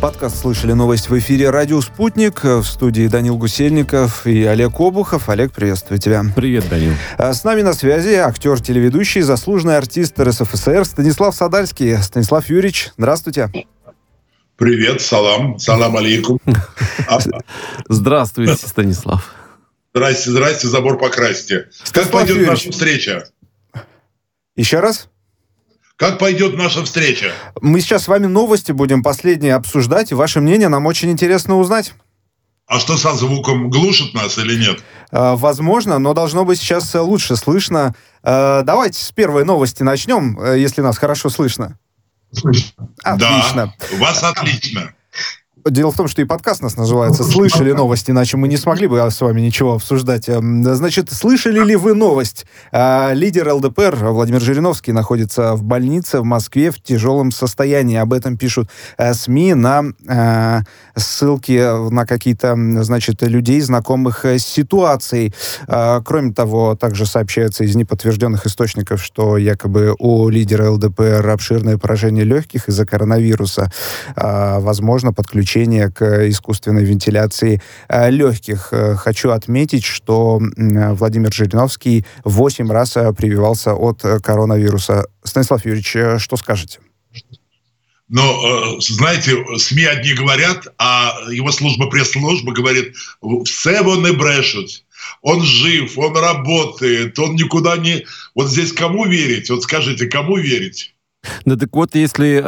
Подкаст «Слышали новость» в эфире «Радио Спутник». В студии Данил Гусельников и Олег Обухов. Олег, приветствую тебя. Привет, Данил. С нами на связи актер-телеведущий, заслуженный артист РСФСР Станислав Садальский. Станислав Юрьевич, здравствуйте. Привет, салам алейкум. Здравствуйте, Станислав. Здрасте, забор покрасьте. Как пойдет наша встреча? Еще раз? Как пойдет наша встреча? Мы сейчас с вами новости будем последние обсуждать, и ваше мнение нам очень интересно узнать. А что со звуком? Глушит нас или нет? Возможно, но должно быть сейчас лучше слышно. Давайте с первой новости начнем, если нас хорошо слышно. Слышно. Отлично. Да, у вас отлично. Дело в том, что и подкаст у нас называется «Слышали новости», иначе мы не смогли бы с вами ничего обсуждать. Значит, слышали ли вы новость? Лидер ЛДПР Владимир Жириновский находится в больнице в Москве в тяжелом состоянии. Об этом пишут СМИ на ссылки на какие-то, значит, людей, знакомых с ситуацией. Кроме того, также сообщается из неподтвержденных источников, что якобы у лидера ЛДПР обширное поражение легких из-за коронавируса. Возможно, подключение к искусственной вентиляции легких. Хочу отметить, что Владимир Жириновский 8 раз прививался от коронавируса. Станислав Юрьевич, что скажете? Но, знаете, СМИ одни говорят, а его пресс-служба говорит, все вони брешут. Он жив, он работает, он никуда не... Вот здесь кому верить? Вот скажите, кому верить? Ну так вот, если...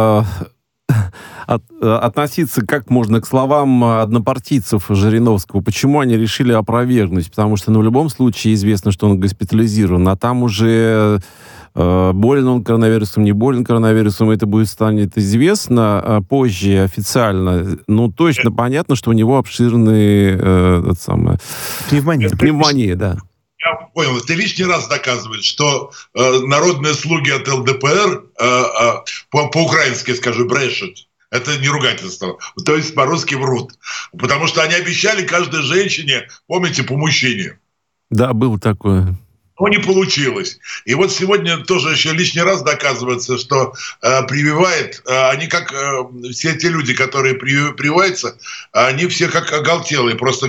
относиться как можно к словам однопартийцев Жириновского. Почему они решили опровергнуть? Потому что, в любом случае известно, что он госпитализирован, а там уже болен он коронавирусом, не болен коронавирусом, это станет известно позже официально. Точно понятно, что у него обширный пневмония, да. Я понял. Ты лишний раз доказываешь, что народные слуги от ЛДПР, по-украински скажу, брешут. Это не ругательство. То есть по-русски врут. Потому что они обещали каждой женщине, помните, по мужчине. Да, было такое. Но не получилось. И вот сегодня тоже еще лишний раз доказывается, что прививает, они как все те люди, которые прививаются, они все как оголтелые, просто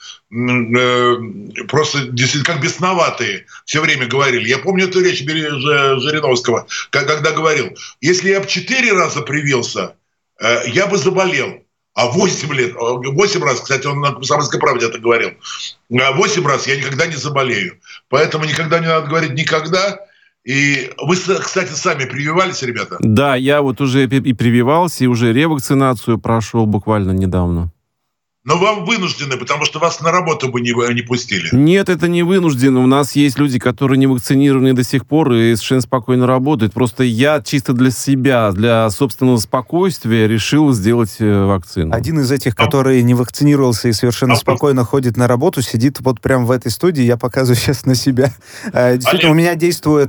действительно как бесноватые все время говорили. Я помню эту речь Жириновского, когда говорил, если я бы 4 раза привился, я бы заболел. А 8 раз, кстати, он на «Комсомольской правде» это говорил, 8 раз я никогда не заболею. Поэтому никогда не надо говорить «никогда». И вы, кстати, сами прививались, ребята? Да, я вот уже и прививался, и уже ревакцинацию прошел буквально недавно. Но вам вынуждены, потому что вас на работу бы не пустили. Нет, это не вынужденно. У нас есть люди, которые не вакцинированы до сих пор и совершенно спокойно работают. Просто я чисто для себя, для собственного спокойствия решил сделать вакцину. Один из этих, который не вакцинировался и совершенно спокойно ходит на работу, сидит вот прямо в этой студии. Я показываю сейчас на себя. Действительно, у меня действует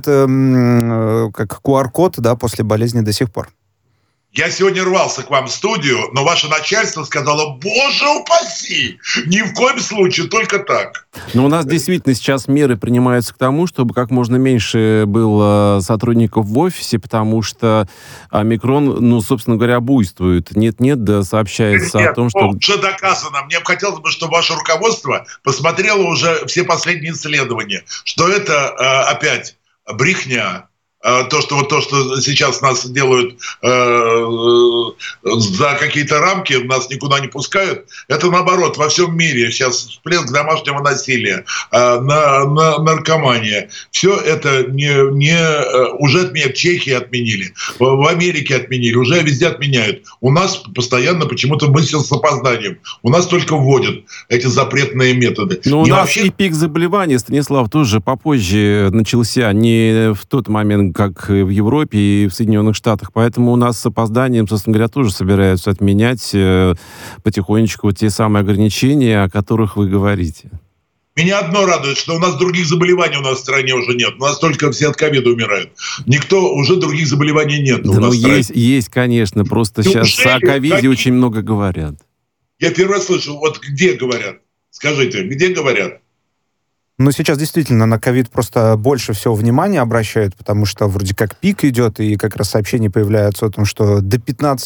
как QR-код, да, после болезни до сих пор. Я сегодня рвался к вам в студию, но ваше начальство сказало, боже упаси, ни в коем случае, только так. Но у нас действительно сейчас меры принимаются к тому, чтобы как можно меньше было сотрудников в офисе, потому что омикрон, собственно говоря, буйствует. Нет-нет, да сообщается о том, что... Уже доказано. Мне бы хотелось, чтобы ваше руководство посмотрело уже все последние исследования, что это опять брехня. То, что сейчас нас делают за какие-то рамки, нас никуда не пускают, это наоборот, во всем мире сейчас всплеск домашнего насилия, наркомания. Все это уже отменяют, в Чехии отменили, в Америке отменили, уже везде отменяют. У нас постоянно почему-то мысль с опозданием. У нас только вводят эти запретные методы. Но у нас и пик заболеваний, Станислав, тоже попозже начался, не в тот момент, как в Европе и в Соединенных Штатах. Поэтому у нас с опозданием, собственно говоря, тоже собираются отменять потихонечку те самые ограничения, о которых вы говорите. Меня одно радует, что у нас других заболеваний у нас в стране уже нет. У нас только все от ковида умирают. Уже других заболеваний нет. Да, есть, конечно. Просто сейчас о ковиде очень много говорят. Я первый раз слышу, вот где говорят? Скажите, где говорят? Но сейчас действительно на ковид просто больше всего внимания обращают, потому что вроде как пик идет, и как раз сообщения появляются о том, что до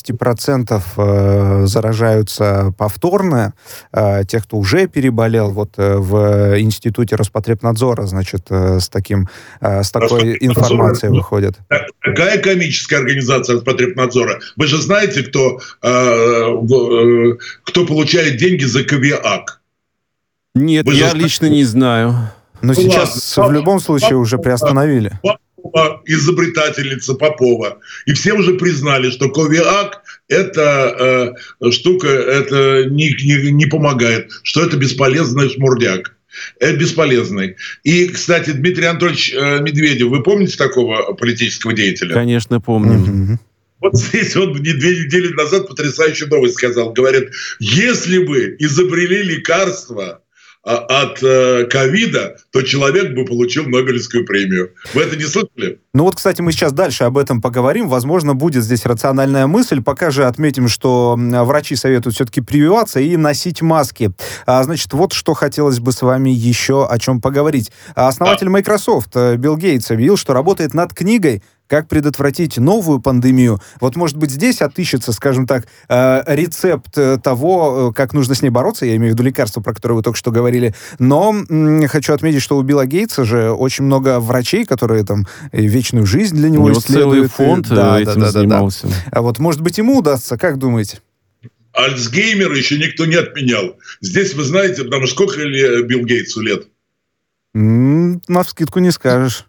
15% заражаются повторно тех, кто уже переболел. Вот в Институте Роспотребнадзора, значит, с такой информацией выходит. Какая комическая организация Роспотребнадзора? Вы же знаете, кто получает деньги за Ковиак? Нет, я лично не знаю. Но сейчас в любом случае уже приостановили. Попова, изобретательница Попова. И все уже признали, что Ковиак – это штука, это не помогает, что это бесполезный шмурдяк. Это бесполезный. И, кстати, Дмитрий Анатольевич Медведев, вы помните такого политического деятеля? Конечно, помню. Вот здесь он 2 недели назад потрясающую новость сказал. Говорят, если бы изобрели лекарство от ковида, то человек бы получил Нобелевскую премию. Вы это не слышали? Ну вот, кстати, мы сейчас дальше об этом поговорим. Возможно, будет здесь рациональная мысль. Пока же отметим, что врачи советуют все-таки прививаться и носить маски. Значит, вот что хотелось бы с вами еще о чем поговорить. Основатель Microsoft Билл Гейтс объявил, что работает над книгой «Как предотвратить новую пандемию». Вот, может быть, здесь отыщется, скажем так, рецепт того, как нужно с ней бороться. Я имею в виду лекарство, про которое вы только что говорили. Но хочу отметить, что у Билла Гейтса же очень много врачей, которые там вечную жизнь для него исследуют. Целый фонд этим занимался. А вот, может быть, ему удастся, как думаете? Альцгеймера еще никто не отменял. Здесь, вы знаете, потому что сколько Билл Гейтсу лет? Навскидку не скажешь.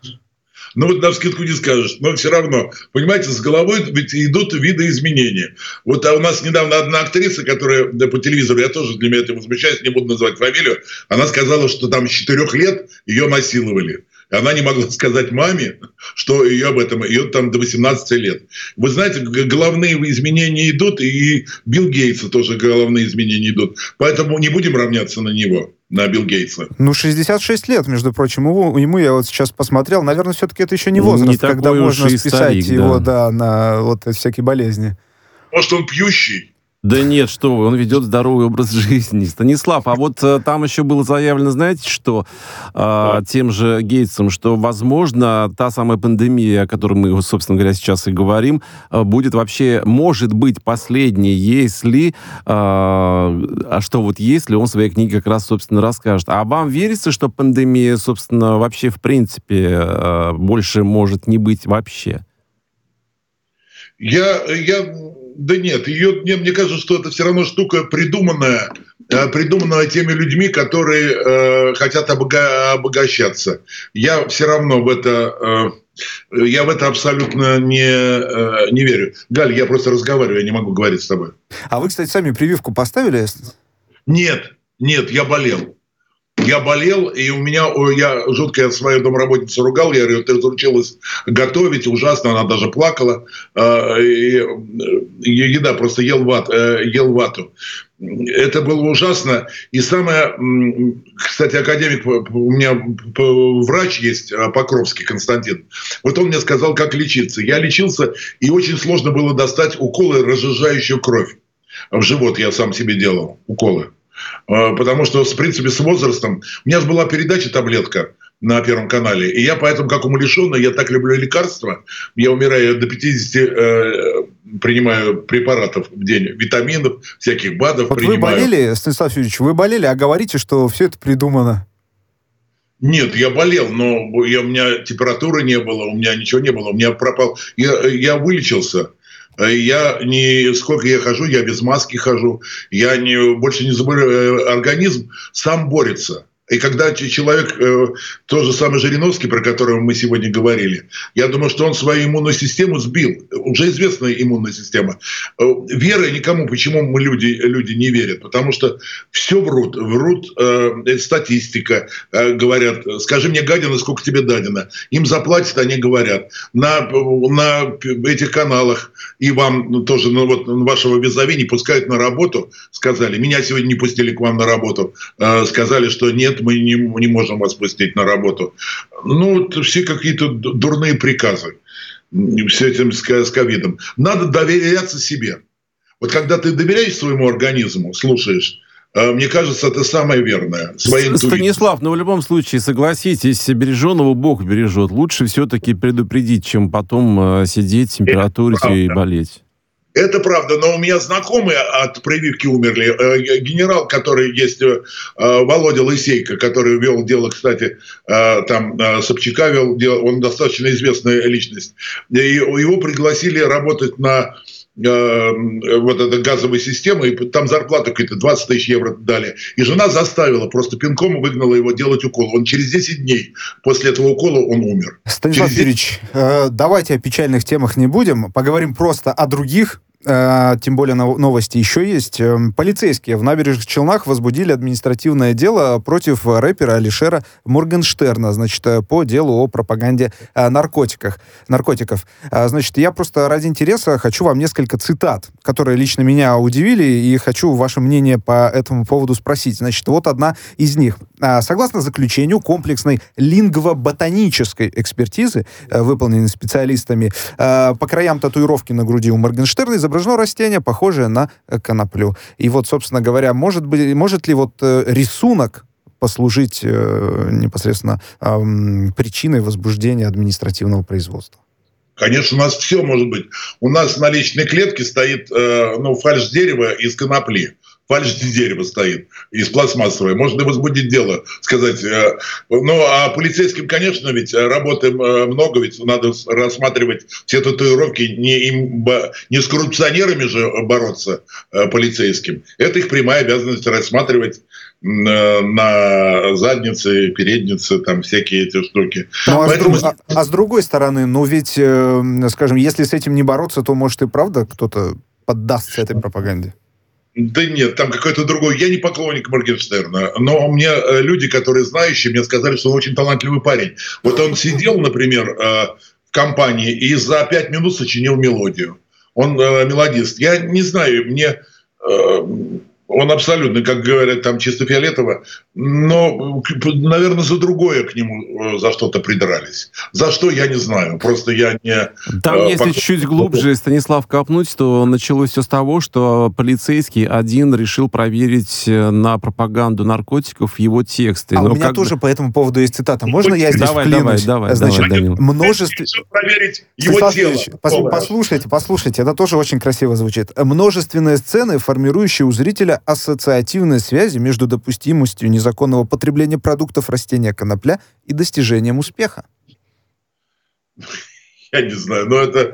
Ну вот навскидку не скажешь, но все равно, понимаете, с головой ведь идут видоизменения. Вот у нас недавно одна актриса, которая по телевизору, я тоже для меня это возмущаюсь, не буду называть фамилию, она сказала, что там с 4 лет ее насиловали. И она не могла сказать маме, что ее об этом, ее там до 18 лет. Вы знаете, головные изменения идут, и Билл Гейтса тоже головные изменения идут. Поэтому не будем равняться на него, на Билл Гейтса. 66 лет, между прочим, ему я вот сейчас посмотрел. Наверное, все-таки это еще не возраст, не когда можно списать старик, его на вот всякие болезни. Может, он пьющий? Да нет, что вы, он ведет здоровый образ жизни. Станислав, а вот там еще было заявлено, знаете, что тем же Гейтсом, что, возможно, та самая пандемия, о которой мы, собственно говоря, сейчас и говорим, будет вообще, может быть, последней, если, если он в своей книге как раз, собственно, расскажет. А вам верится, что пандемия, собственно, вообще, в принципе, больше может не быть вообще? Да нет, мне кажется, что это все равно штука придуманная теми людьми, которые хотят обогащаться. Я все равно в это абсолютно не верю. Галь, я просто разговариваю, я не могу говорить с тобой. А вы, кстати, сами прививку поставили? Нет, я болел. Я болел, и я жутко свою домработницу ругал, я говорю, ты разучилась готовить, ужасно, она даже плакала. Еда, просто ел вату. Это было ужасно. И кстати, академик, у меня врач есть, Покровский Константин. Вот он мне сказал, как лечиться. Я лечился, и очень сложно было достать уколы, разжижающую кровь. В живот я сам себе делал уколы. Потому что, в принципе, с возрастом... У меня же была передача «Таблетка» на Первом канале. И я поэтому, как умалишенный, я так люблю лекарства. Я умираю до 50, принимаю препаратов в день. Витаминов, всяких БАДов вот принимаю. Вы болели, Станислав Юрьевич, а говорите, что все это придумано? Нет, я болел, но у меня температуры не было, у меня ничего не было. У меня пропал... Я вылечился. Сколько я хожу, я без маски хожу, больше не заболеваю, организм сам борется. И когда человек, тот же самый Жириновский, про которого мы сегодня говорили, я думаю, что он свою иммунную систему сбил. Уже известная иммунная система. Веры никому, почему мы люди не верят? Потому что все врут. Статистика. Говорят, скажи мне, гадина, сколько тебе дадено. Им заплатят, они говорят. На этих каналах и вам тоже, вашего визави не пускают на работу, сказали. Меня сегодня не пустили к вам на работу. Сказали, что нет, мы не можем вас пустить на работу. Все какие-то дурные приказы с этим, с ковидом. Надо доверяться себе. Вот когда ты доверяешь своему организму, слушаешь мне кажется, это самое верное. Станислав, но в любом случае, согласитесь, береженого Бог бережет. Лучше все-таки предупредить, чем потом сидеть, температурить и болеть. Это правда, но у меня знакомые от прививки умерли. Генерал, который есть, Володя Лысейко, который вел дело, кстати, там Собчака вел дело, он достаточно известная личность. И его пригласили работать на вот этой газовой системы, и там зарплату какие-то 20 тысяч евро дали. И жена заставила, просто пинком выгнала его делать укол. Он через 10 дней после этого укола он умер. Станислав Юрьевич, давайте о печальных темах не будем, поговорим просто о других. Тем более новости еще есть. Полицейские в Набережных Челнах возбудили административное дело против рэпера Алишера Моргенштерна, значит, по делу о пропаганде наркотиков. Значит, я просто ради интереса хочу вам несколько цитат, которые лично меня удивили, и хочу ваше мнение по этому поводу спросить. Значит, вот одна из них. Согласно заключению комплексной лингвоботанической экспертизы, выполненной специалистами, по краям татуировки на груди у Моргенштерна изображено растение, похожее на коноплю. И вот, собственно говоря, может ли вот рисунок послужить непосредственно причиной возбуждения административного производства? Конечно, у нас все может быть. У нас на личной клетке стоит фальш дерева из конопли. Фальш дерева стоит из пластмассовой. Можно возбудить дело, сказать. А полицейским, конечно, ведь работы много, ведь надо рассматривать все татуировки. Не с коррупционерами же бороться полицейским. Это их прямая обязанность рассматривать на заднице, переднице, там всякие эти штуки. А с другой стороны, ведь, скажем, если с этим не бороться, то, может, и правда кто-то поддастся этой пропаганде? Да нет, там какой-то другой. Я не поклонник Моргенштерна, но мне люди, которые знающие, мне сказали, что он очень талантливый парень. Вот он сидел, например, в компании и за 5 минут сочинил мелодию. Он мелодист. Я не знаю, он абсолютно, как говорят, там чисто фиолетово, но, наверное, за другое к нему за что-то придрались. За что, я не знаю. Просто я не... Там, если чуть глубже, Станислав, копнуть, то началось все с того, что полицейский один решил проверить на пропаганду наркотиков его тексты. У меня тоже по этому поводу есть цитата. Можно я здесь вклинусь? Значит, проверить его тело. Послушайте, это тоже очень красиво звучит. Множественные сцены, формирующие у зрителя ассоциативные связи между допустимостью незаконного потребления продуктов растения конопля и достижением успеха. Я не знаю, но это...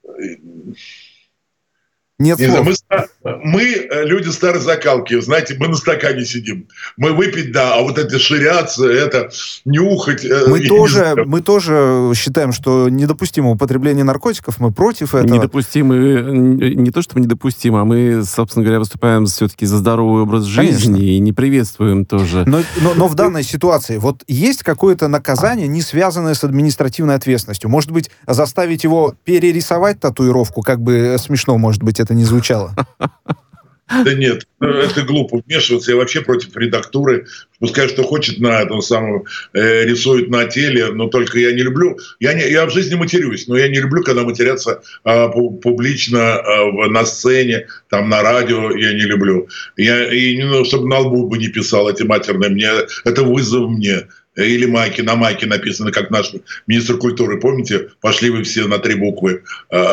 Нет слов. Мы люди старой закалки, знаете, мы на стакане сидим. Мы выпить, а вот это ширяться, это нюхать... Мы тоже считаем, что недопустимо употребление наркотиков, мы против этого. Не то, что мы недопустимо, а мы, собственно говоря, выступаем все-таки за здоровый образ жизни. Конечно. И не приветствуем тоже. Но в данной ситуации вот есть какое-то наказание, не связанное с административной ответственностью? Может быть, заставить его перерисовать татуировку, как бы смешно, может быть, это не звучало? Да нет, это глупо вмешиваться. Я вообще против редактуры. Пускай что хочет на этом самом рисует на теле, но только я не люблю. Я в жизни матерюсь, но я не люблю, когда матерятся публично на сцене, там на радио. Я не люблю. Чтобы на лбу бы не писал эти матерные. Это вызов мне. Или на майке написано, как наш министр культуры, помните, пошли вы все на 3 буквы.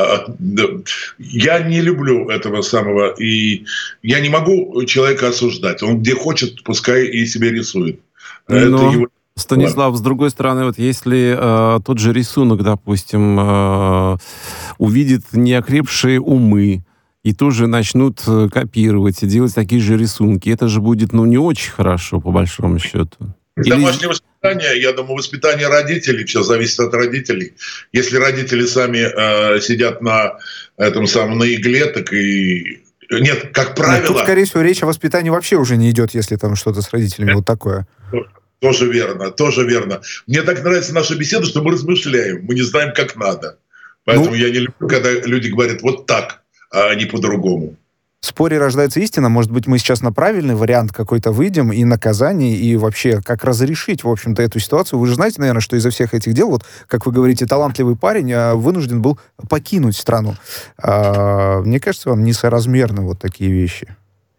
Я не люблю этого самого, и я не могу человека осуждать. Он где хочет, пускай и себе рисует. Станислав, с другой стороны, вот если тот же рисунок, допустим, увидит неокрепшие умы, и тоже начнут копировать и делать такие же рисунки, это же будет, не очень хорошо, по большому счету. Домашнее воспитание, я думаю, воспитание родителей, все зависит от родителей. Если родители сами сидят на игле, так и... Нет, как правило... Тут, скорее всего, речь о воспитании вообще уже не идет, если там что-то с родителями вот такое. Тоже верно. Мне так нравится наша беседа, что мы размышляем, мы не знаем, как надо. Поэтому я не люблю, когда люди говорят вот так, а не по-другому. В споре рождается истина. Может быть, мы сейчас на правильный вариант какой-то выйдем, и наказание, и вообще, как разрешить, в общем-то, эту ситуацию. Вы же знаете, наверное, что из-за всех этих дел, вот, как вы говорите, талантливый парень вынужден был покинуть страну. Мне кажется, вам несоразмерны вот такие вещи.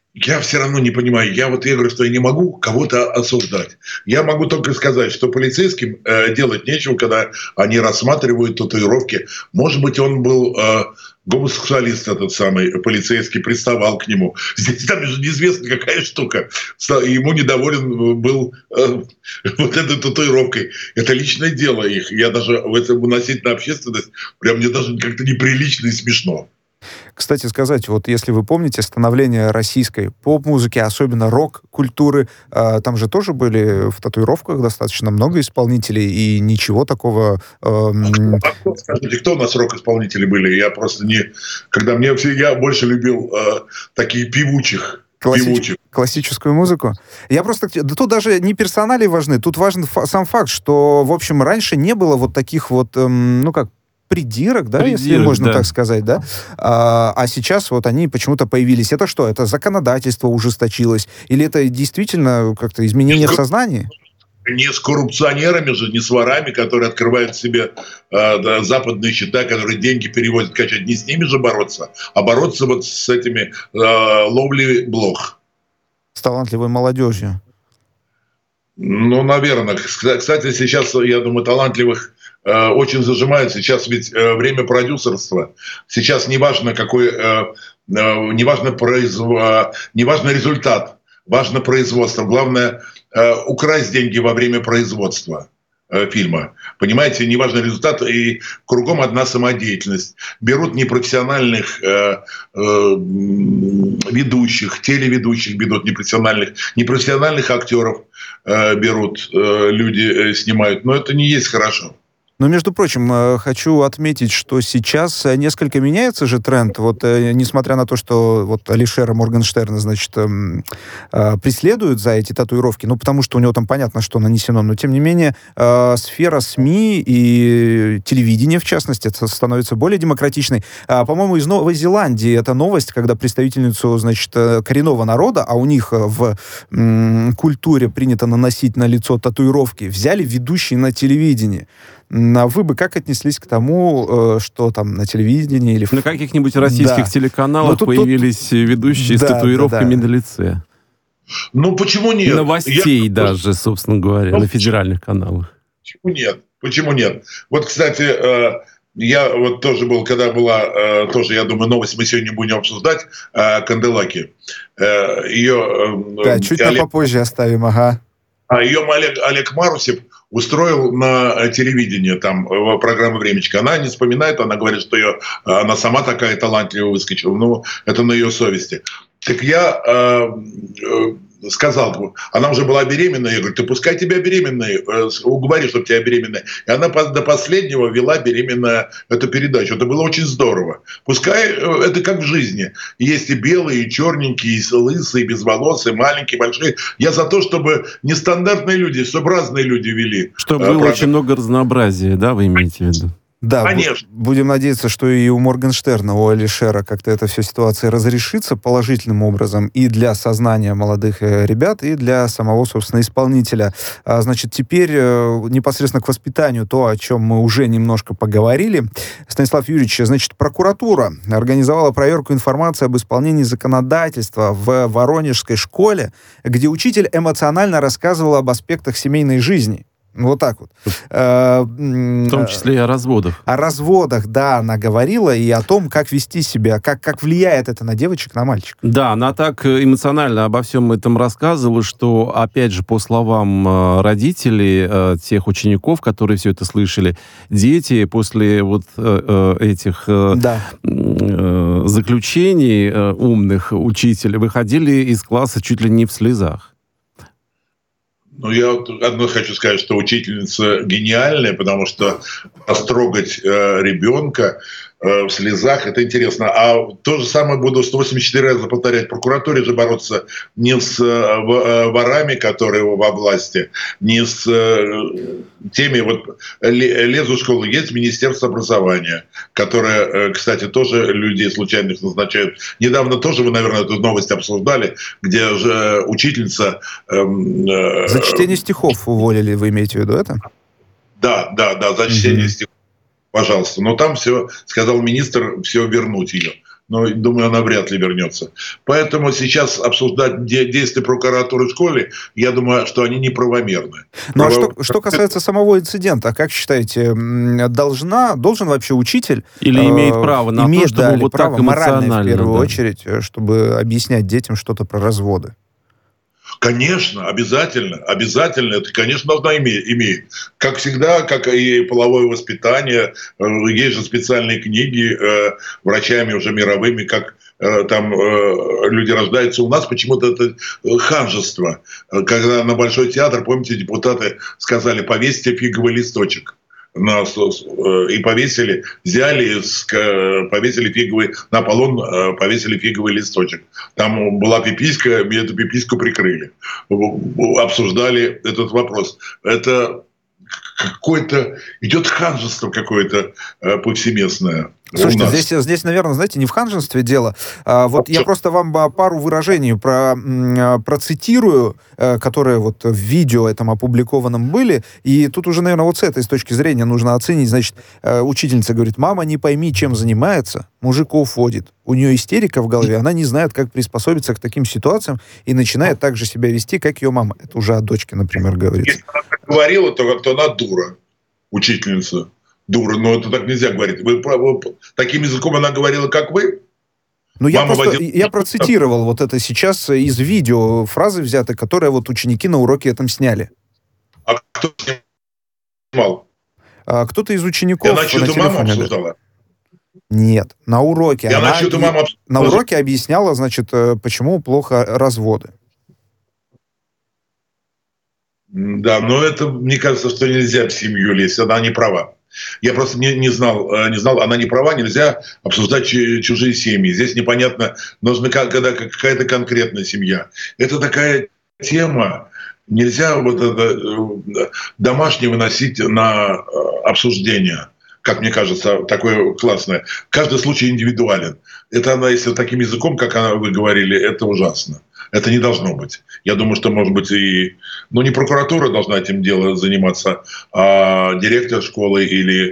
Я все равно не понимаю. Я говорю, что я не могу кого-то осуждать. Я могу только сказать, что полицейским делать нечего, когда они рассматривают татуировки. Может быть, он был гомосексуалист, этот самый полицейский, приставал к нему. Здесь там же неизвестно, какая штука. Ему недоволен был вот этой татуировкой. Это личное дело их. Я даже в этом выносить на общественность, прям мне даже как-то неприлично и смешно. Кстати сказать, вот если вы помните становление российской поп-музыки, особенно рок-культуры, там же тоже были в татуировках достаточно много исполнителей, и ничего такого... Скажите, кто у нас рок-исполнители были? Я просто не... Я больше любил такие певучих. Классическую музыку. Я просто... Да тут даже не персонали важны, тут важен сам факт, что, в общем, раньше не было вот таких вот, придирок, да, если можно так сказать, да? А сейчас вот они почему-то появились. Это что? Это законодательство ужесточилось? Или это действительно как-то изменение в сознании? Не с коррупционерами же, не с ворами, которые открывают себе западные счета, которые деньги переводят качать. Не с ними же бороться, а бороться вот с этими ловлей блох. С талантливой молодежью. Ну, наверное. Кстати, сейчас, я думаю, талантливых очень зажимают. Сейчас ведь время продюсерства. Сейчас не важно результат, важно производство. Главное украсть деньги во время производства фильма. Понимаете, неважно результат, и кругом одна самодеятельность. Берут непрофессиональных ведущих, телеведущих берут непрофессиональных актеров берут, люди снимают. Но это не есть хорошо. Но, между прочим, хочу отметить, что сейчас несколько меняется же тренд. Вот, несмотря на то, что вот Алишера Моргенштерна, значит, преследуют за эти татуировки, ну, потому что у него там понятно, что нанесено, но, тем не менее, сфера СМИ и телевидения, в частности, это становится более демократичной. По-моему, из Новой Зеландии это новость, когда представительницу, значит, коренного народа, а у них в культуре принято наносить на лицо татуировки, взяли ведущие на телевидении. А вы бы как отнеслись к тому, что там на телевидении или... На каких-нибудь российских телеканалах появились ведущие с татуировками на лице? Ну, почему нет? Новостей даже, собственно говоря, на федеральных каналах. Почему нет? Вот, кстати, я вот тоже был, когда была, тоже, я думаю, новость мы сегодня будем обсуждать, Канделаки. Ее... Да, чуть попозже оставим, ага. Ее Олег Марусев устроил на телевидении, там, программу «Времечко». Она не вспоминает, она говорит, что она сама такая талантливая выскочила. Ну, это на ее совести. Так я сказал, она уже была беременная, я говорю, ты пускай тебя беременной, уговори, чтобы тебя беременная. И она до последнего вела беременная эту передачу. Это было очень здорово. Пускай это как в жизни. Есть и белые, и черненькие, и лысые, и безволосые, маленькие, большие. Я за то, чтобы нестандартные люди, чтобы разные люди вели. Чтобы было очень много разнообразия, да, вы имеете в виду? Да, конечно. Будем надеяться, что и у Моргенштерна, у Алишера как-то эта вся ситуация разрешится положительным образом и для сознания молодых ребят, и для самого, собственно, исполнителя. Значит, теперь непосредственно к воспитанию, то, о чем мы уже немножко поговорили. Станислав Юрьевич, значит, прокуратура организовала проверку информации об исполнении законодательства в Воронежской школе, где учитель эмоционально рассказывал об аспектах семейной жизни. Вот так вот. В том числе и о разводах. О разводах, да, она говорила, и о том, как вести себя, как влияет это на девочек, на мальчиков. Да, она так эмоционально обо всем этом рассказывала, что, опять же, по словам родителей, тех учеников, которые все это слышали, дети после вот этих заключений умных учителей выходили из класса чуть ли не в слезах. Ну, я одно хочу сказать, что учительница гениальная, потому что растрогать ребенка в слезах, это интересно. А то же самое буду 184 раза повторять. В прокуратуре же бороться не с ворами, которые во власти, не с теми... Вот лезу в школу, есть Министерство образования, которое, кстати, тоже людей случайных назначают. Недавно тоже вы, наверное, эту новость обсуждали, где же учительница... За чтение стихов уволили, вы имеете в виду это? Да, за чтение стихов. Пожалуйста. Но там все, сказал министр, все вернуть ее. но, думаю, она вряд ли вернется. Поэтому сейчас обсуждать действия прокуратуры в школе, я думаю, что они неправомерны. Ну а что касается самого инцидента, как считаете, должен вообще учитель... Или имеет право на то, чтобы вот так эмоционально... в первую очередь, чтобы объяснять детям что-то про разводы? Конечно, обязательно. Это, конечно, должна иметь. Как всегда, как и половое воспитание, есть же специальные книги врачами уже мировыми, как там люди рождаются. У нас почему-то это ханжество. Когда на Большой театр, помните, депутаты сказали: повесьте фиговый листочек. И повесили, повесили фиговый, на Аполлон повесили фиговый листочек. Там была пиписька, и эту пипиську прикрыли. Обсуждали этот вопрос. Это какое-то, идет ханжество какое-то повсеместное. Слушайте, здесь, наверное, знаете, не в ханжестве дело. Вот я просто вам пару выражений процитирую, которые вот в видео этом опубликованном были. И тут уже, наверное, вот с этой точки зрения нужно оценить. Значит, учительница говорит: мама, не пойми, чем занимается, мужик уходит. У нее истерика в голове, она не знает, как приспособиться к таким ситуациям и начинает так же себя вести, как ее мама. Это уже о дочке, например, говорится. Если она так говорила, то как-то она дура, учительница. Дура, но это так нельзя говорить. Вы таким языком она говорила, как вы? Ну, я процитировал вот это сейчас из видео фразы взяты, которые вот ученики на уроке этом сняли. А кто снимал? Кто-то из учеников. И она чью-то маму обсуждала? Нет, на уроке. На уроке объясняла, значит, почему плохо разводы. Да, но это, мне кажется, что нельзя в семью лезть, она не права. Я просто не знал, она не права, нельзя обсуждать чужие семьи. Здесь непонятно, нужна когда какая-то конкретная семья. Это такая тема, нельзя вот это домашнее выносить на обсуждение, как мне кажется, такое классное. Каждый случай индивидуален. Это она, если таким языком, как вы говорили, это ужасно. Это не должно быть. Я думаю, что, может быть, не прокуратура должна этим делом заниматься, а директор школы или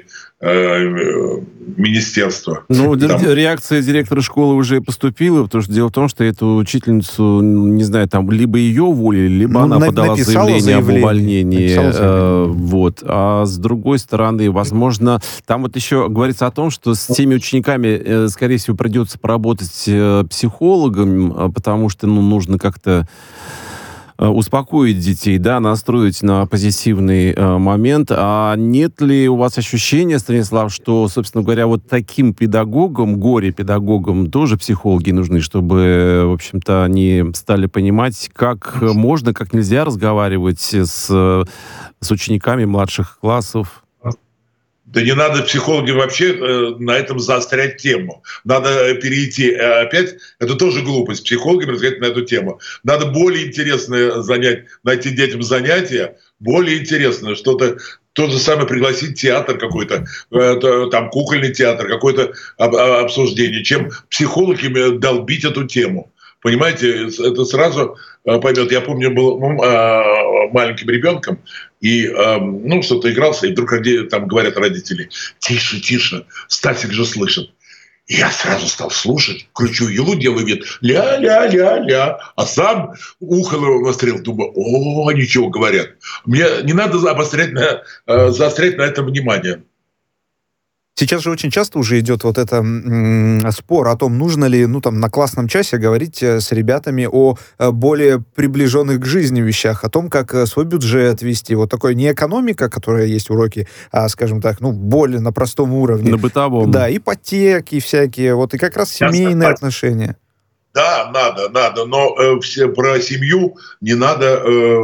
министерство. Ну, реакция директора школы уже поступила, потому что дело в том, что эту учительницу, не знаю, там либо ее уволили, либо она подала заявление об увольнении. Вот. А с другой стороны, возможно, там вот еще говорится о том, что с теми учениками, скорее всего, придется поработать психологом, потому что нужно как-то успокоить детей, да, настроить на позитивный момент. А нет ли у вас ощущения, Станислав, что, собственно говоря, вот таким педагогам, горе-педагогам тоже психологи нужны, чтобы, в общем-то, они стали понимать, как можно, как нельзя разговаривать с учениками младших классов? Да не надо психологи вообще на этом заострять тему. Надо перейти опять, это тоже глупость, психологами разговаривать на эту тему. Надо более интересное найти детям занятия, более интересное, что-то, то же самое пригласить театр какой-то, там кукольный театр, какое-то обсуждение, чем психологами долбить эту тему. Понимаете, это сразу поймет. Я помню, был маленьким ребенком, и что-то игрался, и вдруг там говорят родители: тише, тише, Стасик же слышит. И я сразу стал слушать, кручу елу, делаю вид, ля-ля-ля-ля, а сам ухо навострил, думаю: о, ничего говорят. Мне не надо заострять на это внимание. Сейчас же очень часто уже идет вот это спор о том, нужно ли, на классном часе говорить с ребятами о более приближенных к жизни вещах, о том, как свой бюджет вести. Вот такое не экономика, которая есть в уроке, а, скажем так, более на простом уровне. На бытовом. Да, ипотеки всякие, вот, и как раз семейные отношения. Да, надо, но про семью не надо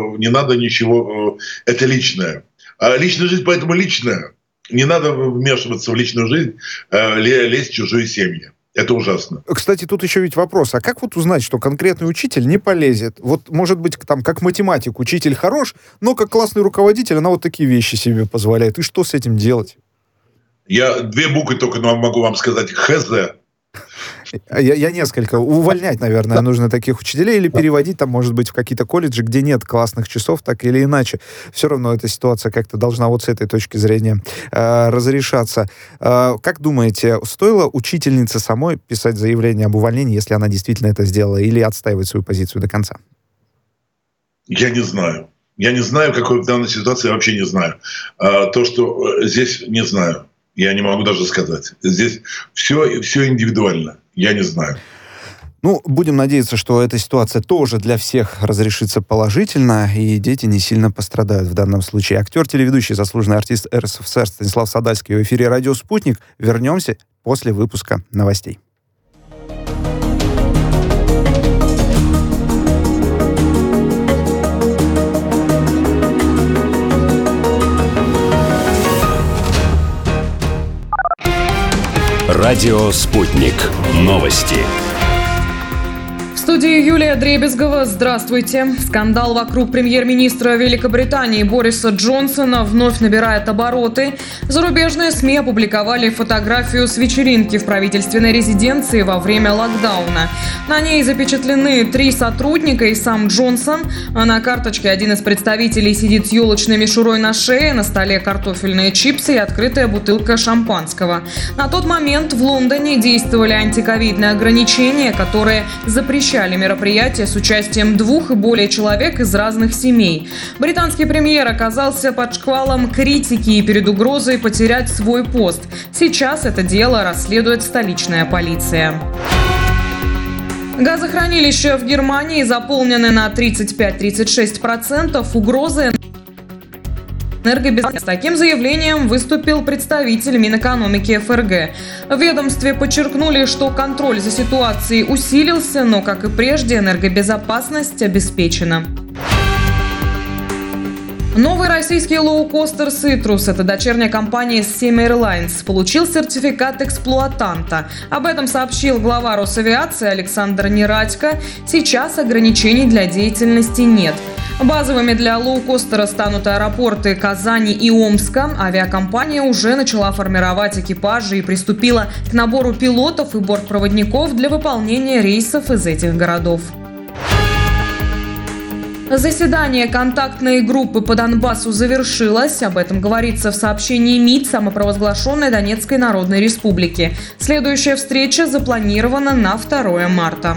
ничего, это личное. А личная жизнь, поэтому личная. Не надо вмешиваться в личную жизнь, лезть в чужие семьи. Это ужасно. Кстати, тут еще ведь вопрос. А как вот узнать, что конкретный учитель не полезет? Вот, может быть, там, как математик, учитель хорош, но как классный руководитель она вот такие вещи себе позволяет. И что с этим делать? Я 2 буквы только могу вам сказать. ХЗ. Я несколько. Увольнять, наверное, нужно таких учителей или переводить, там, может быть, в какие-то колледжи, где нет классных часов, так или иначе. Все равно эта ситуация как-то должна вот с этой точки зрения разрешаться. Как думаете, стоило учительнице самой писать заявление об увольнении, если она действительно это сделала, или отстаивать свою позицию до конца? Я не знаю. Я не знаю, какой в данной ситуации, я вообще не знаю. То, что здесь не знаю, я не могу даже сказать. Здесь все индивидуально. Я не знаю. Ну, будем надеяться, что эта ситуация тоже для всех разрешится положительно, и дети не сильно пострадают в данном случае. Актер, телеведущий, заслуженный артист РСФСР Станислав Садальский в эфире «Радио Спутник». Вернемся после выпуска новостей. Радио «Спутник». Новости. В студии Юлия Дребезгова. Здравствуйте. Скандал вокруг премьер-министра Великобритании Бориса Джонсона вновь набирает обороты. Зарубежные СМИ опубликовали фотографию с вечеринки в правительственной резиденции во время локдауна. На ней запечатлены 3 сотрудника и сам Джонсон. А на карточке один из представителей сидит с елочной мишурой на шее, на столе картофельные чипсы и открытая бутылка шампанского. На тот момент в Лондоне действовали антиковидные ограничения, которые запрещали мероприятия с участием 2 и более человек из разных семей. Британский премьер оказался под шквалом критики и перед угрозой потерять свой пост. Сейчас это дело расследует столичная полиция. Газохранилища в Германии заполнены на 35-36%. Угрозы энергобезопасности. С таким заявлением выступил представитель Минэкономики ФРГ. В ведомстве подчеркнули, что контроль за ситуацией усилился, но, как и прежде, энергобезопасность обеспечена. Новый российский лоукостер «Цитрус» — это дочерняя компания Sima Airlines, получил сертификат эксплуатанта. Об этом сообщил глава Росавиации Александр Нерадько. Сейчас ограничений для деятельности нет. Базовыми для лоукостера станут аэропорты Казани и Омска. Авиакомпания уже начала формировать экипажи и приступила к набору пилотов и бортпроводников для выполнения рейсов из этих городов. Заседание контактной группы по Донбассу завершилось. Об этом говорится в сообщении МИД самопровозглашенной Донецкой Народной Республики. Следующая встреча запланирована на 2 марта.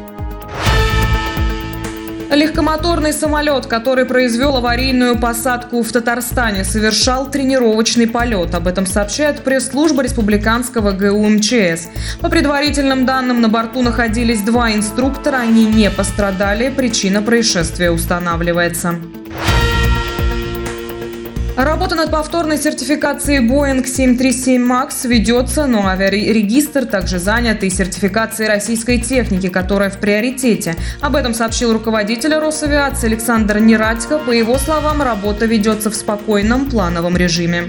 Легкомоторный самолет, который произвел аварийную посадку в Татарстане, совершал тренировочный полет. Об этом сообщает пресс-служба республиканского ГУ МЧС. По предварительным данным, на борту находились 2 инструктора, они не пострадали, причина происшествия устанавливается. Работа над повторной сертификацией Boeing 737 MAX ведется, но авиарегистр также занят и сертификацией российской техники, которая в приоритете. Об этом сообщил руководитель Росавиации Александр Нерадько. По его словам, работа ведется в спокойном плановом режиме.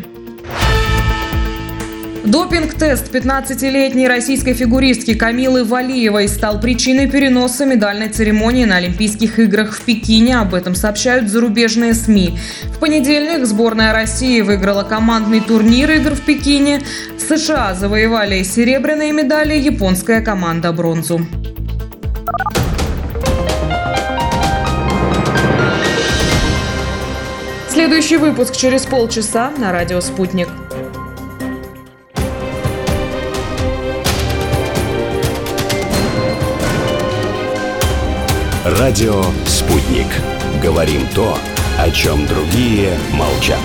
Допинг-тест 15-летней российской фигуристки Камилы Валиевой стал причиной переноса медальной церемонии на Олимпийских играх в Пекине. Об этом сообщают зарубежные СМИ. В понедельник сборная России выиграла командный турнир игр в Пекине. США завоевали серебряные медали, японская команда – бронзу. Следующий выпуск через полчаса на радио «Спутник». Радио «Спутник». Говорим то, о чем другие молчат.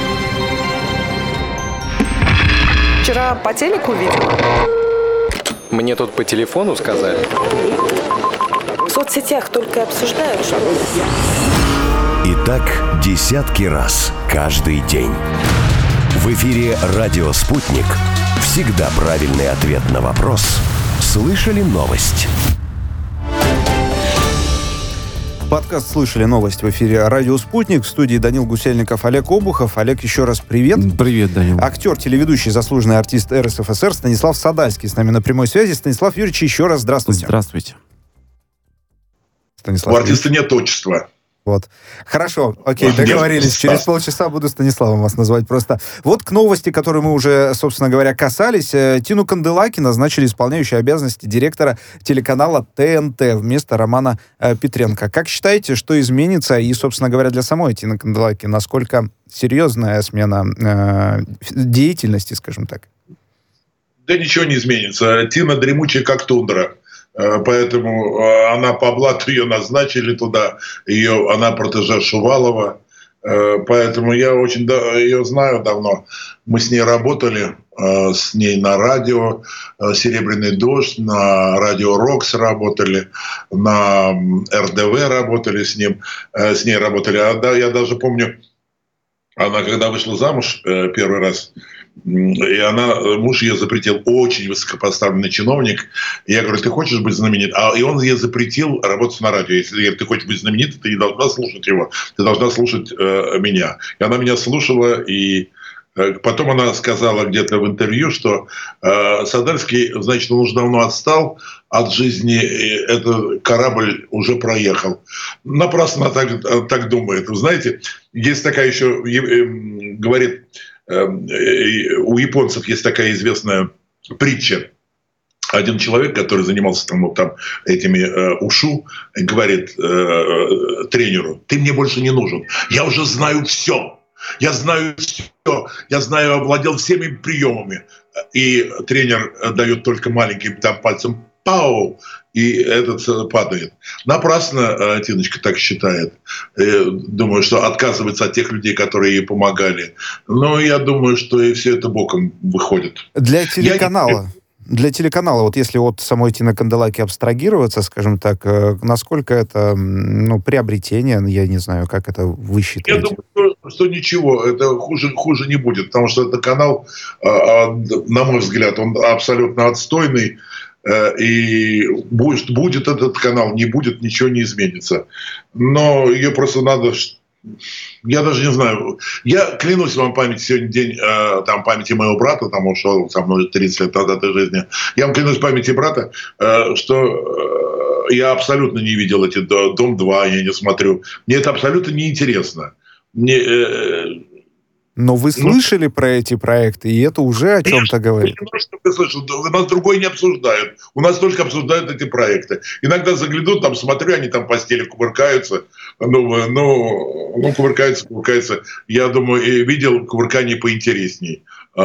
Вчера по телеку видел. Мне тут по телефону сказали. В соцсетях только обсуждают, что... И так десятки раз каждый день. В эфире «Радио Спутник». Всегда правильный ответ на вопрос. Слышали новость? Подкаст «Слышали новость» в эфире «Радио Спутник». В студии Данил Гусельников, Олег Обухов. Олег, еще раз привет. Привет, Данил. Актер, телеведущий, заслуженный артист РСФСР Станислав Садальский с нами на прямой связи. Станислав Юрьевич, еще раз здравствуйте. Здравствуйте. Станислав У артиста нет отчества. Вот. Хорошо, окей, договорились. Через полчаса буду Станиславом вас называть просто. Вот к новости, которые мы уже, собственно говоря, касались. Тину Канделаки назначили исполняющей обязанности директора телеканала ТНТ вместо Романа Петренко. Как считаете, что изменится? И, собственно говоря, для самой Тины Канделаки, насколько серьезная смена деятельности, скажем так? Да ничего не изменится. Тина дремучая, как тундра. Поэтому она по блату ее назначили туда. Она протеже Шувалова. Поэтому я очень ее знаю давно. Мы с ней работали, с ней на радио «Серебряный дождь», на радио «Рокс» работали, на РДВ работали с ней работали. Я даже помню, она когда вышла замуж первый раз, и муж ее запретил, очень высокопоставленный чиновник. И я говорю, ты хочешь быть знаменит? И он ей запретил работать на радио. Если ты хочешь быть знаменитой, ты не должна слушать его, ты должна слушать меня. И она меня слушала, и потом она сказала где-то в интервью, что Садальский, значит, он уже давно отстал от жизни, этот корабль уже проехал. Напрасно так думает. Вы знаете, есть такая еще, говорит, у японцев есть такая известная притча. Один человек, который занимался там этими ушу, говорит тренеру: ты мне больше не нужен, я уже знаю все. Я знаю все, я знаю, овладел всеми приемами. И тренер дает только маленьким пальцем «пау», и этот падает. Напрасно Тиночка так считает. Думаю, что отказывается от тех людей, которые ей помогали. Но я думаю, что и все это боком выходит. Для телеканала, вот если от самой Тины Канделаки абстрагироваться, скажем так, насколько это приобретение, я не знаю, как это вы считаете? Я думаю, что ничего, это хуже не будет, потому что этот канал, на мой взгляд, он абсолютно отстойный, и будет этот канал, не будет, ничего не изменится. Но ее просто надо... Я даже не знаю. Я клянусь вам памяти, сегодня день памяти моего брата, там ушел со мной 30 лет от этой жизни. Я вам клянусь памяти брата, что я абсолютно не видел эти «Дом-2», я не смотрю. Мне это абсолютно неинтересно. Но вы слышали про эти проекты, и это уже о чем-то говорит. У нас другой не обсуждают. У нас только обсуждают эти проекты. Иногда загляну, там смотрю, они там в постели кувыркаются. Кувыркаются. Я думаю, видел кувыркание поинтересней.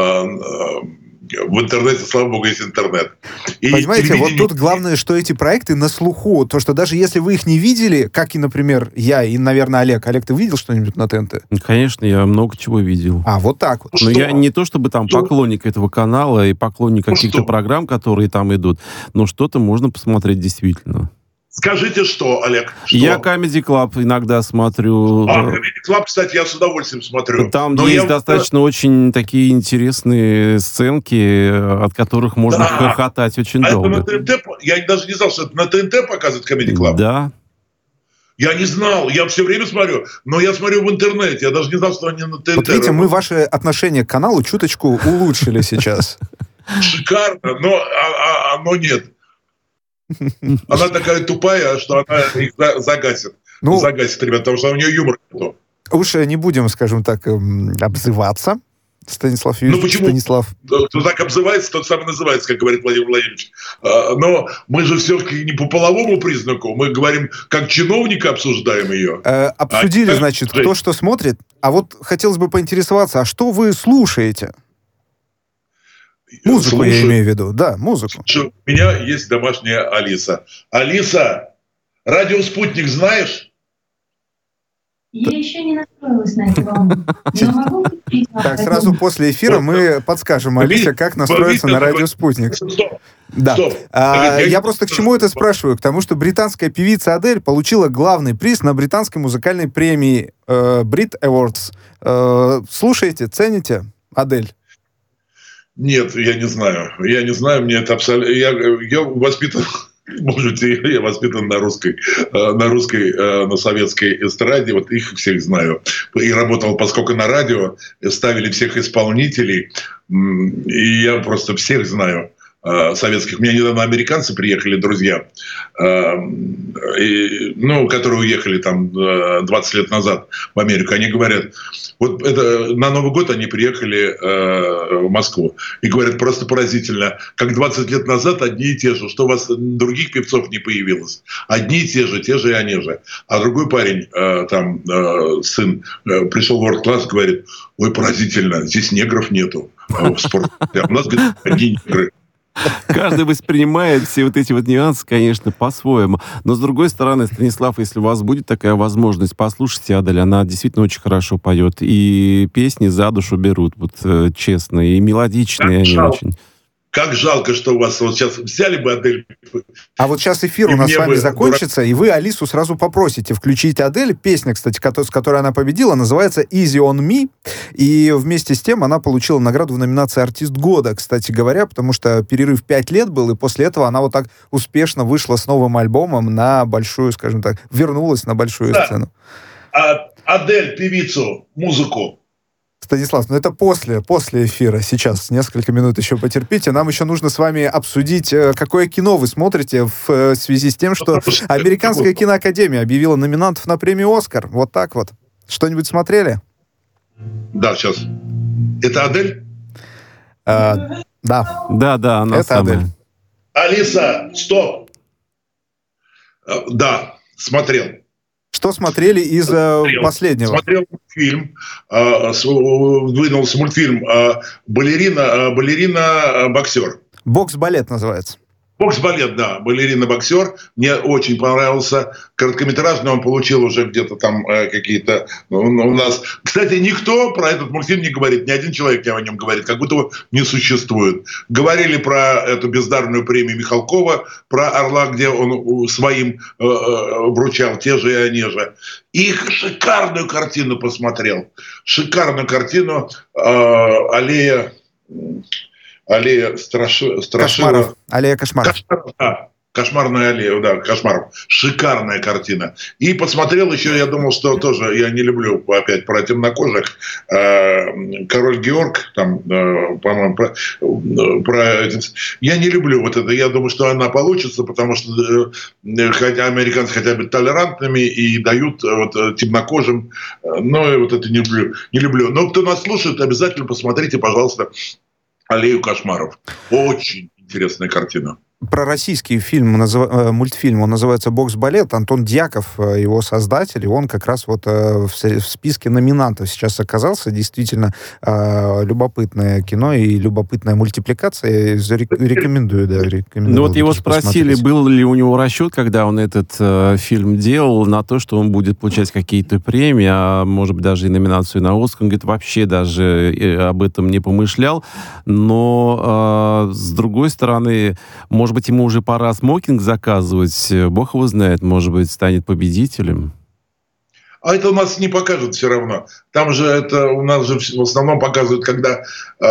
В интернете, слава богу, есть интернет. И понимаете, вот тут главное, что эти проекты на слуху. То, что даже если вы их не видели, как и, например, я и, наверное, Олег. Олег, ты видел что-нибудь на ТНТ? Конечно, я много чего видел. Вот так вот. Но я не то чтобы там поклонник этого канала и поклонник каких-то программ, которые там идут, но что-то можно посмотреть действительно. Скажите, что, Олег? Что? Я Comedy Club иногда смотрю. Comedy Club, кстати, я с удовольствием смотрю. Там есть достаточно очень такие интересные сценки, от которых можно хохотать очень долго. Это на ТНТ? Я даже не знал, что это на ТНТ показывает Comedy Club. Да. Я не знал, я все время смотрю, но я смотрю в интернете, я даже не знал, что они на ТНТ. Вот видите, мы ваше отношение к каналу чуточку улучшили сейчас. Шикарно, но оно нет. Она такая тупая, что она их загасит. Загасит, ребят, потому что у нее юмор нет. Уж не будем, скажем так, обзываться. Станислав Юрьевич. Почему? Станислав. Кто так обзывается, тот сам и называется, как говорит Владимир Владимирович. Но мы же все-таки не по половому признаку, мы говорим, как чиновника обсуждаем ее. Обсудили, значит, кто что смотрит. А вот хотелось бы поинтересоваться, а что вы слушаете? Музыку я имею в виду, да, музыку. У меня есть домашняя Алиса. Алиса, радио «Спутник» знаешь? Я еще не настроилась на эту волну. Так, сразу после эфира мы подскажем Алисе, как настроиться на радио «Спутник». Да. Я просто к чему это спрашиваю? К тому, что британская певица Адель получила главный приз на британской музыкальной премии Brit Awards. Слушаете, цените Адель? Нет, я не знаю. Я не знаю, мне это абсолютно... Я воспитан... Можете, я воспитан на советской эстраде, вот их всех знаю. И работал, поскольку на радио ставили всех исполнителей, и я просто всех знаю. советских. У меня недавно американцы приехали, друзья, которые уехали там 20 лет назад в Америку. Они говорят, вот это на Новый год они приехали в Москву и говорят, просто поразительно, как 20 лет назад одни и те же, что у вас других певцов не появилось. Одни и те же и они же. А другой парень, сын, пришел в World Class, говорит, ой, поразительно, здесь негров нету в спорте. А у нас, говорит, одни негры. Каждый воспринимает все вот эти вот нюансы, конечно, по-своему. Но, с другой стороны, Станислав, если у вас будет такая возможность, послушайте Адель, она действительно очень хорошо поет. И песни за душу берут, вот честно, и мелодичные они очень. Как жалко, что у вас вот сейчас взяли бы Адель. А вот сейчас эфир у нас с вами закончится, и вы Алису сразу попросите включить Адель. Песня, кстати, с которой она победила, называется «Easy on Me». И вместе с тем она получила награду в номинации «Артист года», кстати говоря, потому что перерыв 5 лет был, и после этого она вот так успешно вышла с новым альбомом на большую, скажем так, вернулась на большую сцену. Адель, певицу, музыку. Станислав, это после эфира. Сейчас несколько минут еще потерпите. Нам еще нужно с вами обсудить, какое кино вы смотрите в связи с тем, что Американская киноакадемия объявила номинантов на премию «Оскар». Вот так вот. Что-нибудь смотрели? Да, сейчас. Это Адель? Да. Да, она это самая. Адель. Алиса, стоп. Да, смотрел. Что смотрели из последнего? Смотрел мультфильм, выдвинулся мультфильм «Балерина-боксер». «Бокс-балет» называется. Бокс-балет, да, балерина-боксер. Мне очень понравился. Короткометражный он получил уже где-то там какие-то у нас. Кстати, никто про этот мультфильм не говорит. Ни один человек не о нем говорит, как будто его не существует. Говорили про эту бездарную премию Михалкова, про «Орла», где он своим вручал, те же и они же. И шикарную картину посмотрел. Шикарную картину «Аллея Кошмаров. Аллея кошмаров. Кошмарная аллея, да, кошмаров. Шикарная картина. И посмотрел еще, я думал, что тоже, я не люблю опять про темнокожих, «Король Георг», там, по-моему, я не люблю вот это. Я думаю, что она получится, потому что хотя американцы хотят быть толерантными и дают вот темнокожим, но вот это не люблю. Но кто нас слушает, обязательно посмотрите, пожалуйста, «Аллею кошмаров». Очень интересная картина. Про российский мультфильм, он называется «Бокс-балет». Антон Дьяков, его создатель, и он как раз вот в списке номинантов сейчас оказался. Действительно любопытное кино и любопытная мультипликация. Рекомендую, да. Ну вот его спросили, был ли у него расчет, когда он этот фильм делал, на то, что он будет получать какие-то премии, а может быть даже и номинацию на «Оскар». Он говорит, вообще даже об этом не помышлял. Но с другой стороны, может быть, ему уже пора смокинг заказывать. Бог его знает, может быть, станет победителем. А это у нас не покажут все равно. Там же это у нас же в основном показывают, когда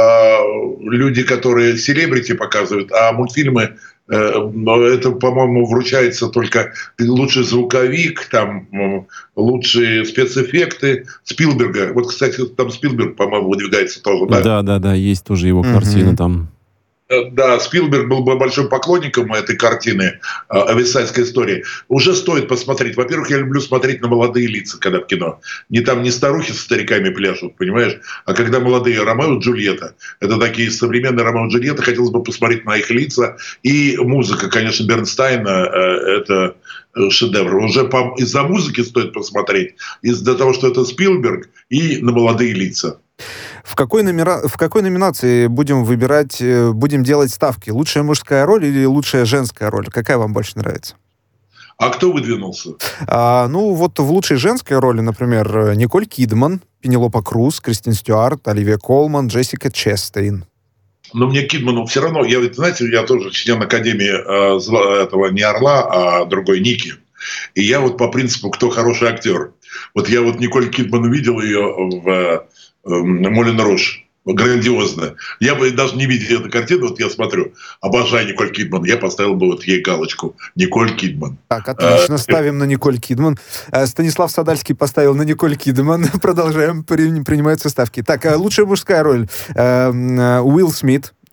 люди, которые селебрити показывают, а мультфильмы это, по-моему, вручается только лучший звуковик, там лучшие спецэффекты Спилберга. Вот, кстати, там Спилберг, по-моему, выдвигается тоже. Да, есть тоже его картина там. Да, Спилберг был бы большим поклонником этой картины «Вестсайдская история». Уже стоит посмотреть. Во-первых, я люблю смотреть на молодые лица, когда в кино. Не старухи со стариками пляшут, понимаешь? А когда молодые Ромео и Джульетта. Это такие современные Ромео и Джульетта. Хотелось бы посмотреть на их лица. И музыка, конечно, Бернстайна. Это шедевр. Уже из-за музыки стоит посмотреть. Из-за того, что это Спилберг. И на молодые лица. В какой номинации будем делать ставки? Лучшая мужская роль или лучшая женская роль? Какая вам больше нравится? А кто выдвинулся? Вот в лучшей женской роли, например, Николь Кидман, Пенелопа Круз, Кристин Стюарт, Оливия Колман, Джессика Честейн. Но мне Кидману все равно. Я тоже член Академии этого не «Орла», а другой Ники. И я вот по принципу, кто хороший актер. Вот я вот Николь Кидман увидел ее в «Мулен Руж». Грандиозно. Я бы даже не видел эту картину, вот я смотрю, обожаю Николь Кидман, я поставил бы вот ей галочку. Николь Кидман. Так, отлично, ставим на Николь Кидман. Станислав Садальский поставил на Николь Кидман. Продолжаем, принимаются ставки. Так, лучшая мужская роль. Уилл Смит,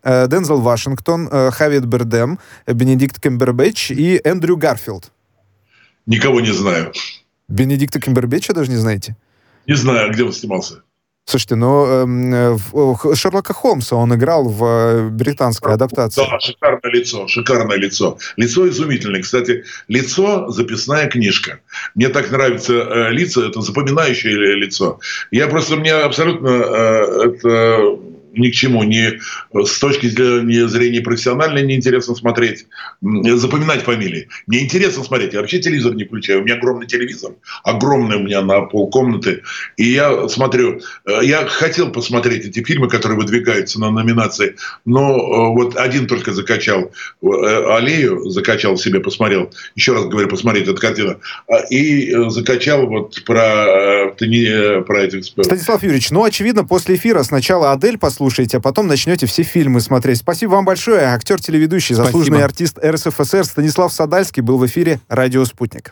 Дензел Вашингтон, Хавиет Бардем, Бенедикт Камбербэтч и Эндрю Гарфилд. Никого не знаю. Бенедикта Камбербэтча даже не знаете? Не знаю, где он снимался. Слушайте, Шерлока Холмса он играл в британской адаптации. Да, шикарное лицо. Лицо изумительное. Кстати, лицо — записная книжка. Мне так нравятся лица, это запоминающее лицо. Мне абсолютно это ни к чему, ни с точки зрения профессиональной неинтересно смотреть, запоминать фамилии. Мне интересно смотреть, я вообще телевизор не включаю, у меня огромный телевизор, огромный у меня на полкомнаты, и я смотрю, я хотел посмотреть эти фильмы, которые выдвигаются на номинации, но вот один только закачал «Аллею», закачал себе, посмотрел, еще раз говорю, посмотреть эту картину, и закачал вот про этих... Станислав Юрьевич, очевидно, после эфира сначала «Адель» послушайте, а потом начнете все фильмы смотреть. Спасибо вам большое. Актер-телеведущий, заслуженный артист РСФСР Станислав Садальский был в эфире «Радио Спутник».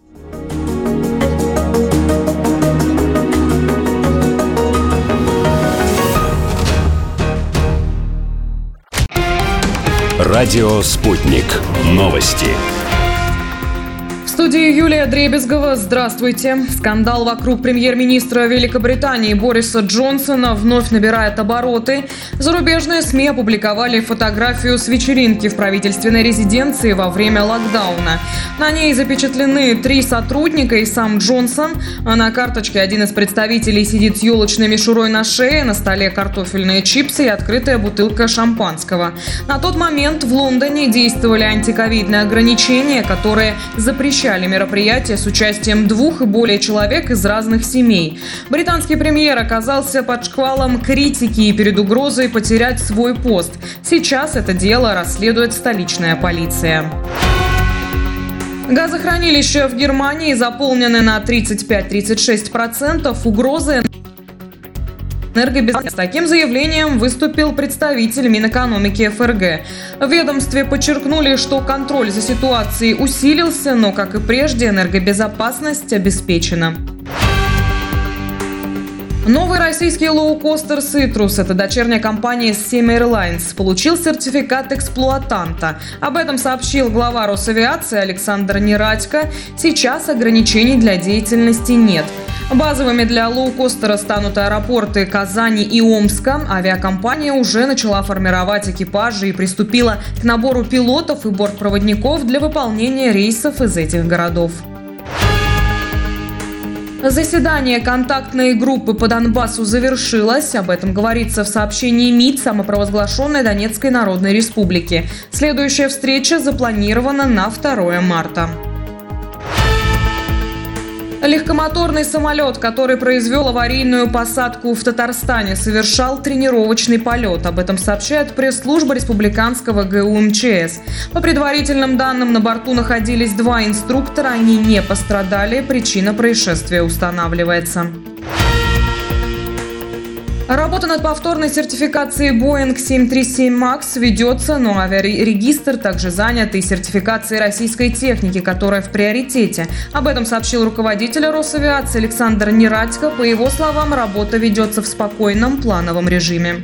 Радио «Спутник». Новости. В студии Юлия Дребезгова. Здравствуйте. Скандал вокруг премьер-министра Великобритании Бориса Джонсона вновь набирает обороты. Зарубежные СМИ опубликовали фотографию с вечеринки в правительственной резиденции во время локдауна. На ней запечатлены 3 сотрудника и сам Джонсон. А на карточке один из представителей сидит с елочной мишурой на шее, на столе картофельные чипсы и открытая бутылка шампанского. На тот момент в Лондоне действовали антиковидные ограничения, которые запрещали мероприятия с участием 2 и более человек из разных семей. Британский премьер оказался под шквалом критики и перед угрозой потерять свой пост. Сейчас это дело расследует столичная полиция. Газохранилища в Германии заполнены на 35-36%. Угрозы энергобезопасности. С таким заявлением выступил представитель Минэкономики ФРГ. В ведомстве подчеркнули, что контроль за ситуацией усилился, но, как и прежде, энергобезопасность обеспечена. Новый российский лоукостер «Цитрус», это дочерняя компания Sema Airlines, получил сертификат эксплуатанта. Об этом сообщил глава Росавиации Александр Нерадько. Сейчас ограничений для деятельности нет. Базовыми для лоукостера станут аэропорты Казани и Омска. Авиакомпания уже начала формировать экипажи и приступила к набору пилотов и бортпроводников для выполнения рейсов из этих городов. Заседание контактной группы по Донбассу завершилось. Об этом говорится в сообщении МИД самопровозглашенной Донецкой Народной Республики. Следующая встреча запланирована на 2 марта. Легкомоторный самолет, который произвел аварийную посадку в Татарстане, совершал тренировочный полет. Об этом сообщает пресс-служба республиканского ГУ МЧС. По предварительным данным, на борту находились 2 инструктора, они не пострадали, причина происшествия устанавливается. Работа над повторной сертификацией Boeing 737 MAX ведется, но авиарегистр также занят и сертификацией российской техники, которая в приоритете. Об этом сообщил руководитель Росавиации Александр Нерадько. По его словам, работа ведется в спокойном плановом режиме.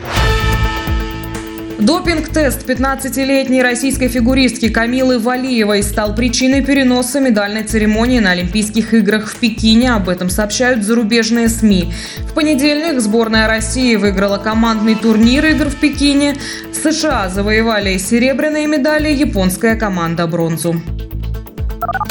Допинг-тест 15-летней российской фигуристки Камилы Валиевой стал причиной переноса медальной церемонии на Олимпийских играх в Пекине. Об этом сообщают зарубежные СМИ. В понедельник сборная России выиграла командный турнир игр в Пекине. США завоевали серебряные медали, японская команда — бронзу.